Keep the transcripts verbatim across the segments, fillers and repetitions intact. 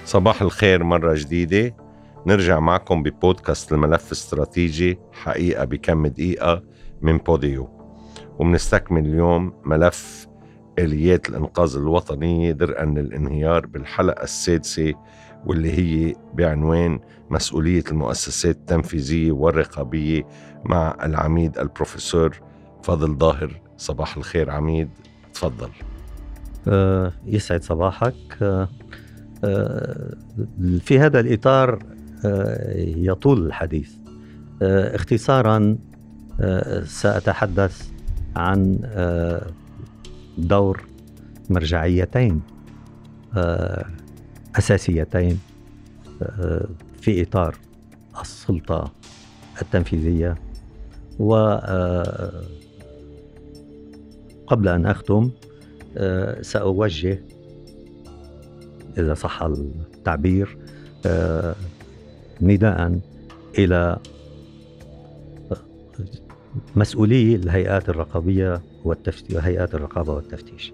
صباح الخير مرة جديدة. نرجع معكم ببودكاست الملف الاستراتيجي حقيقة بكم دقيقة من بوديو، ومنستكمل اليوم ملف آليات الإنقاذ الوطنية درءا للانهيار بالحلقة السادسة، واللي هي بعنوان مسؤولية المؤسسات التنفيذية والرقابية مع العميد البروفيسور فاضل ظاهر. صباح الخير عميد، تفضل. أه يسعد صباحك. أه أه في هذا الإطار أه يطول الحديث. أه اختصارا أه سأتحدث عن أه دور مرجعيتين أه أساسيتين أه في إطار السلطة التنفيذية. وقبل أن أختم أه سأوجه، إذا صح التعبير، أه نداء إلى مسؤولي الهيئات الرقابية والتفتيش، هيئات الرقابة والتفتيش.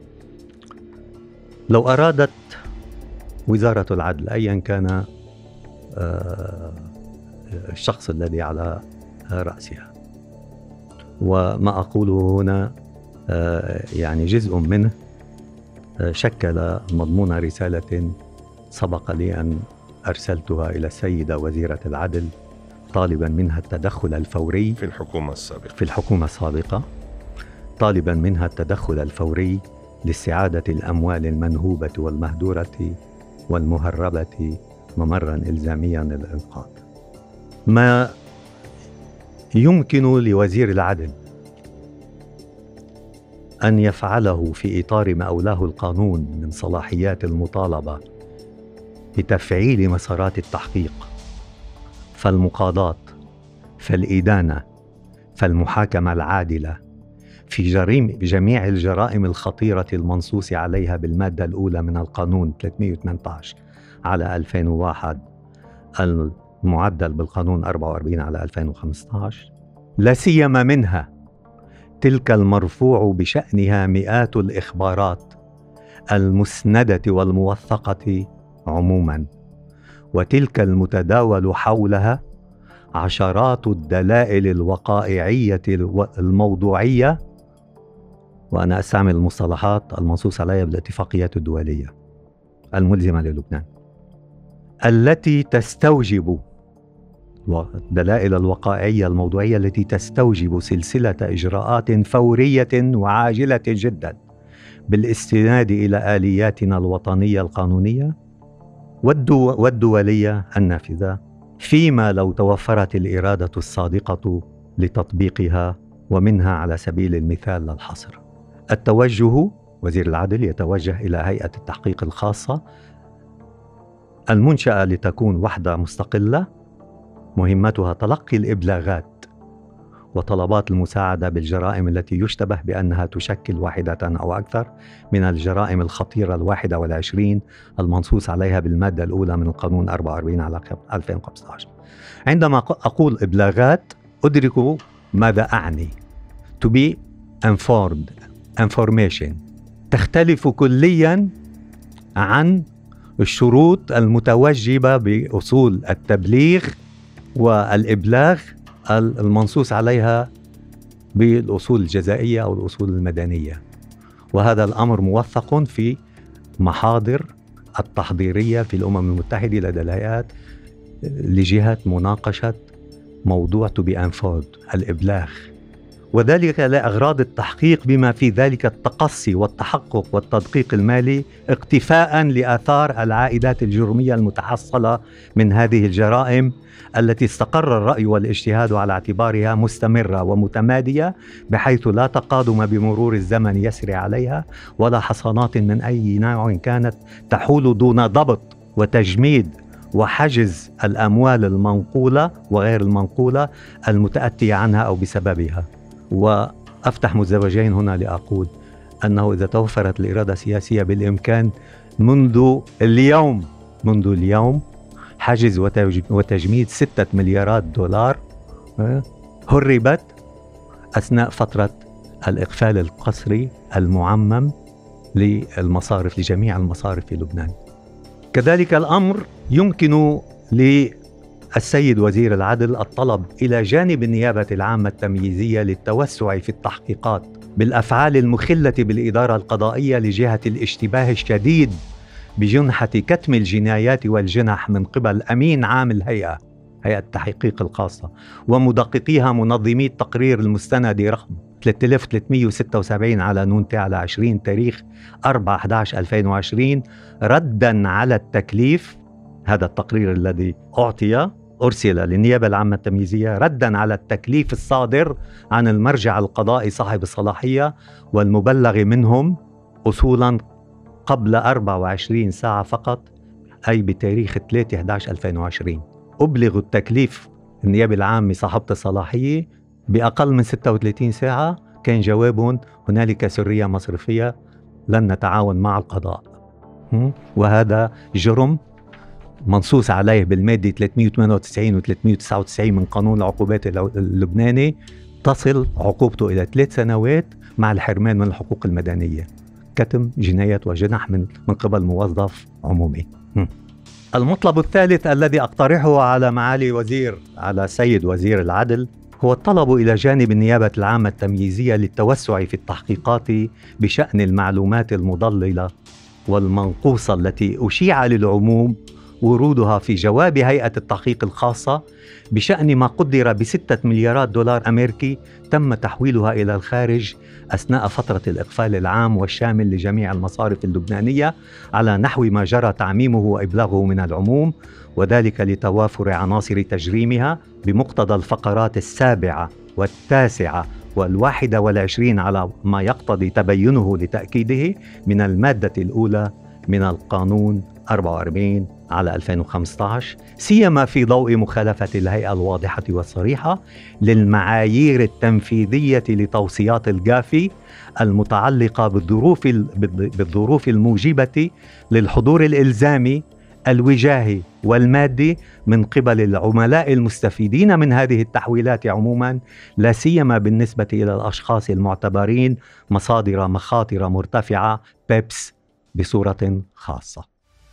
لو أرادت وزارة العدل أيا كان أه الشخص الذي على رأسها، وما أقوله هنا أه يعني جزء منه شكل مضمون رسالة سبق لي أن أرسلتها إلى السيدة وزيرة العدل طالبا منها التدخل الفوري في الحكومة السابقة في الحكومة السابقة طالبا منها التدخل الفوري لاستعادة الأموال المنهوبة والمهدورة والمهربة ممرا إلزاميا للإنقاذ. ما يمكن لوزير العدل أن يفعله في إطار ما أولاه القانون من صلاحيات المطالبة بتفعيل مسارات التحقيق، فالمقاضاة، فالإدانة، فالمحاكمة العادلة في جريم بجميع الجرائم الخطيرة المنصوص عليها بالمادة الأولى من القانون ثلاثمئة وثمانية عشر على ألفين وواحد المعدل بالقانون أربعة وأربعين على ألفين وخمسة عشر، لا سيما منها تلك المرفوع بشأنها مئات الإخبارات المسندة والموثقة عموما، وتلك المتداول حولها عشرات الدلائل الوقائعية الموضوعية، وأنا أستعمل المصطلحات المنصوص عليها بالاتفاقيات الدولية الملزمة للبنان، التي تستوجب الدلائل الوقائعية الموضوعية التي تستوجب سلسلة إجراءات فورية وعاجلة جدا بالاستناد إلى آلياتنا الوطنية القانونية والدو والدولية النافذة، فيما لو توفرت الإرادة الصادقة لتطبيقها. ومنها على سبيل المثال للحصر التوجه، وزير العدل يتوجه إلى هيئة التحقيق الخاصة المنشأة لتكون وحدة مستقلة مهمتها تلقي الإبلاغات وطلبات المساعدة بالجرائم التي يشتبه بأنها تشكل واحدة أو أكثر من الجرائم الخطيرة الواحدة والعشرين المنصوص عليها بالمادة الأولى من القانون أربعة وأربعين على ألفين وخمسة عشر. عندما أقول إبلاغات أدرك ماذا أعني. to be informed information تختلف كليا عن الشروط المتوجبة بأصول التبليغ والإبلاغ المنصوص عليها بالأصول الجزائية أو الأصول المدنية، وهذا الأمر موثق في محاضر التحضيرية في الأمم المتحدة لدى الهيئات لجهة مناقشة موضوع to be informed الإبلاغ، وذلك لأغراض التحقيق بما في ذلك التقصي والتحقق والتدقيق المالي، اقتفاء لآثار العائدات الجرمية المتحصلة من هذه الجرائم التي استقر الرأي والاجتهاد على اعتبارها مستمرة ومتمادية، بحيث لا تقادم بمرور الزمن يسري عليها، ولا حصانات من أي نوع كانت تحول دون ضبط وتجميد وحجز الأموال المنقولة وغير المنقولة المتأتية عنها أو بسببها. وأفتح مزدوجين هنا لأقول أنه إذا توفرت الإرادة السياسية بالإمكان منذ اليوم منذ اليوم حجز وتجميد ستة مليارات دولار هربت أثناء فترة الإقفال القسري المعمم للمصارف، لجميع المصارف في لبنان. كذلك الأمر يمكن للسيد وزير العدل الطلب إلى جانب النيابة العامة التمييزية للتوسع في التحقيقات بالأفعال المخلة بالإدارة القضائية لجهة الاشتباه الشديد بجنحة كتم الجنايات والجنح من قبل أمين عام الهيئة هيئة التحقيق الخاصة ومدققيها منظمي التقرير المستند رقم ثلاثة آلاف وثلاثمئة وستة وسبعين على نون على عشرين تاريخ أربعة أحد عشر ألفين وعشرين ردا على التكليف. هذا التقرير الذي أعطي أرسل للنيابة العامة التمييزية ردا على التكليف الصادر عن المرجع القضائي صاحب الصلاحية والمبلغ منهم أصولا قبل أربع وعشرين ساعة فقط، أي بتاريخ ثلاثة أحد عشر ألفين وعشرين. أبلغ التكليف النيابة العامة صاحبة الصلاحية بأقل من ستة وثلاثين ساعة، كان جوابهم هنالك سرية مصرفية لن نتعاون مع القضاء. وهذا جرم منصوص عليه بالمادة ثلاثمئة وثمانية وتسعين و ثلاثمئة وتسعة وتسعين من قانون العقوبات اللبناني، تصل عقوبته إلى ثلاث سنوات مع الحرمان من الحقوق المدنية، كتم جناية وجنح من من قبل موظف عمومي. المطلب الثالث الذي أقترحه على معالي وزير على سيد وزير العدل هو الطلب إلى جانب النيابة العامة التمييزية للتوسع في التحقيقات بشأن المعلومات المضللة والمنقوصة التي أشيع للعموم ورودها في جواب هيئة التحقيق الخاصة بشأن ما قدر بستة مليارات دولار أمريكي تم تحويلها إلى الخارج أثناء فترة الإقفال العام والشامل لجميع المصارف اللبنانية على نحو ما جرى تعميمه وإبلاغه من العموم، وذلك لتوافر عناصر تجريمها بمقتضى الفقرات السابعة والتاسعة والواحدة والعشرين على ما يقتضي تبينه لتأكيده من المادة الأولى من القانون أربعة وأربعين على ألفين وخمسة عشر، سيما في ضوء مخالفة الهيئة الواضحة والصريحة للمعايير التنفيذية لتوصيات الجافي المتعلقة بالظروف بالظروف الموجبة للحضور الإلزامي الوجاهي والمادي من قبل العملاء المستفيدين من هذه التحويلات عموما، لا سيما بالنسبة إلى الأشخاص المعتبرين مصادر مخاطر مرتفعة بيبس بصورة خاصة.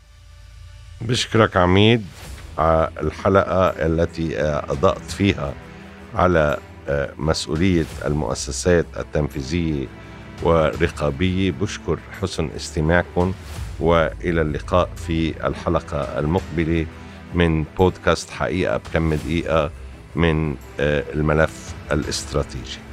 بشكرك عميد على الحلقة التي أضأت فيها على مسؤولية المؤسسات التنفيذية والرقابية. بشكر حسن استماعكم، وإلى اللقاء في الحلقة المقبلة من بودكاست حقيقة بكم دقيقة من الملف الاستراتيجي.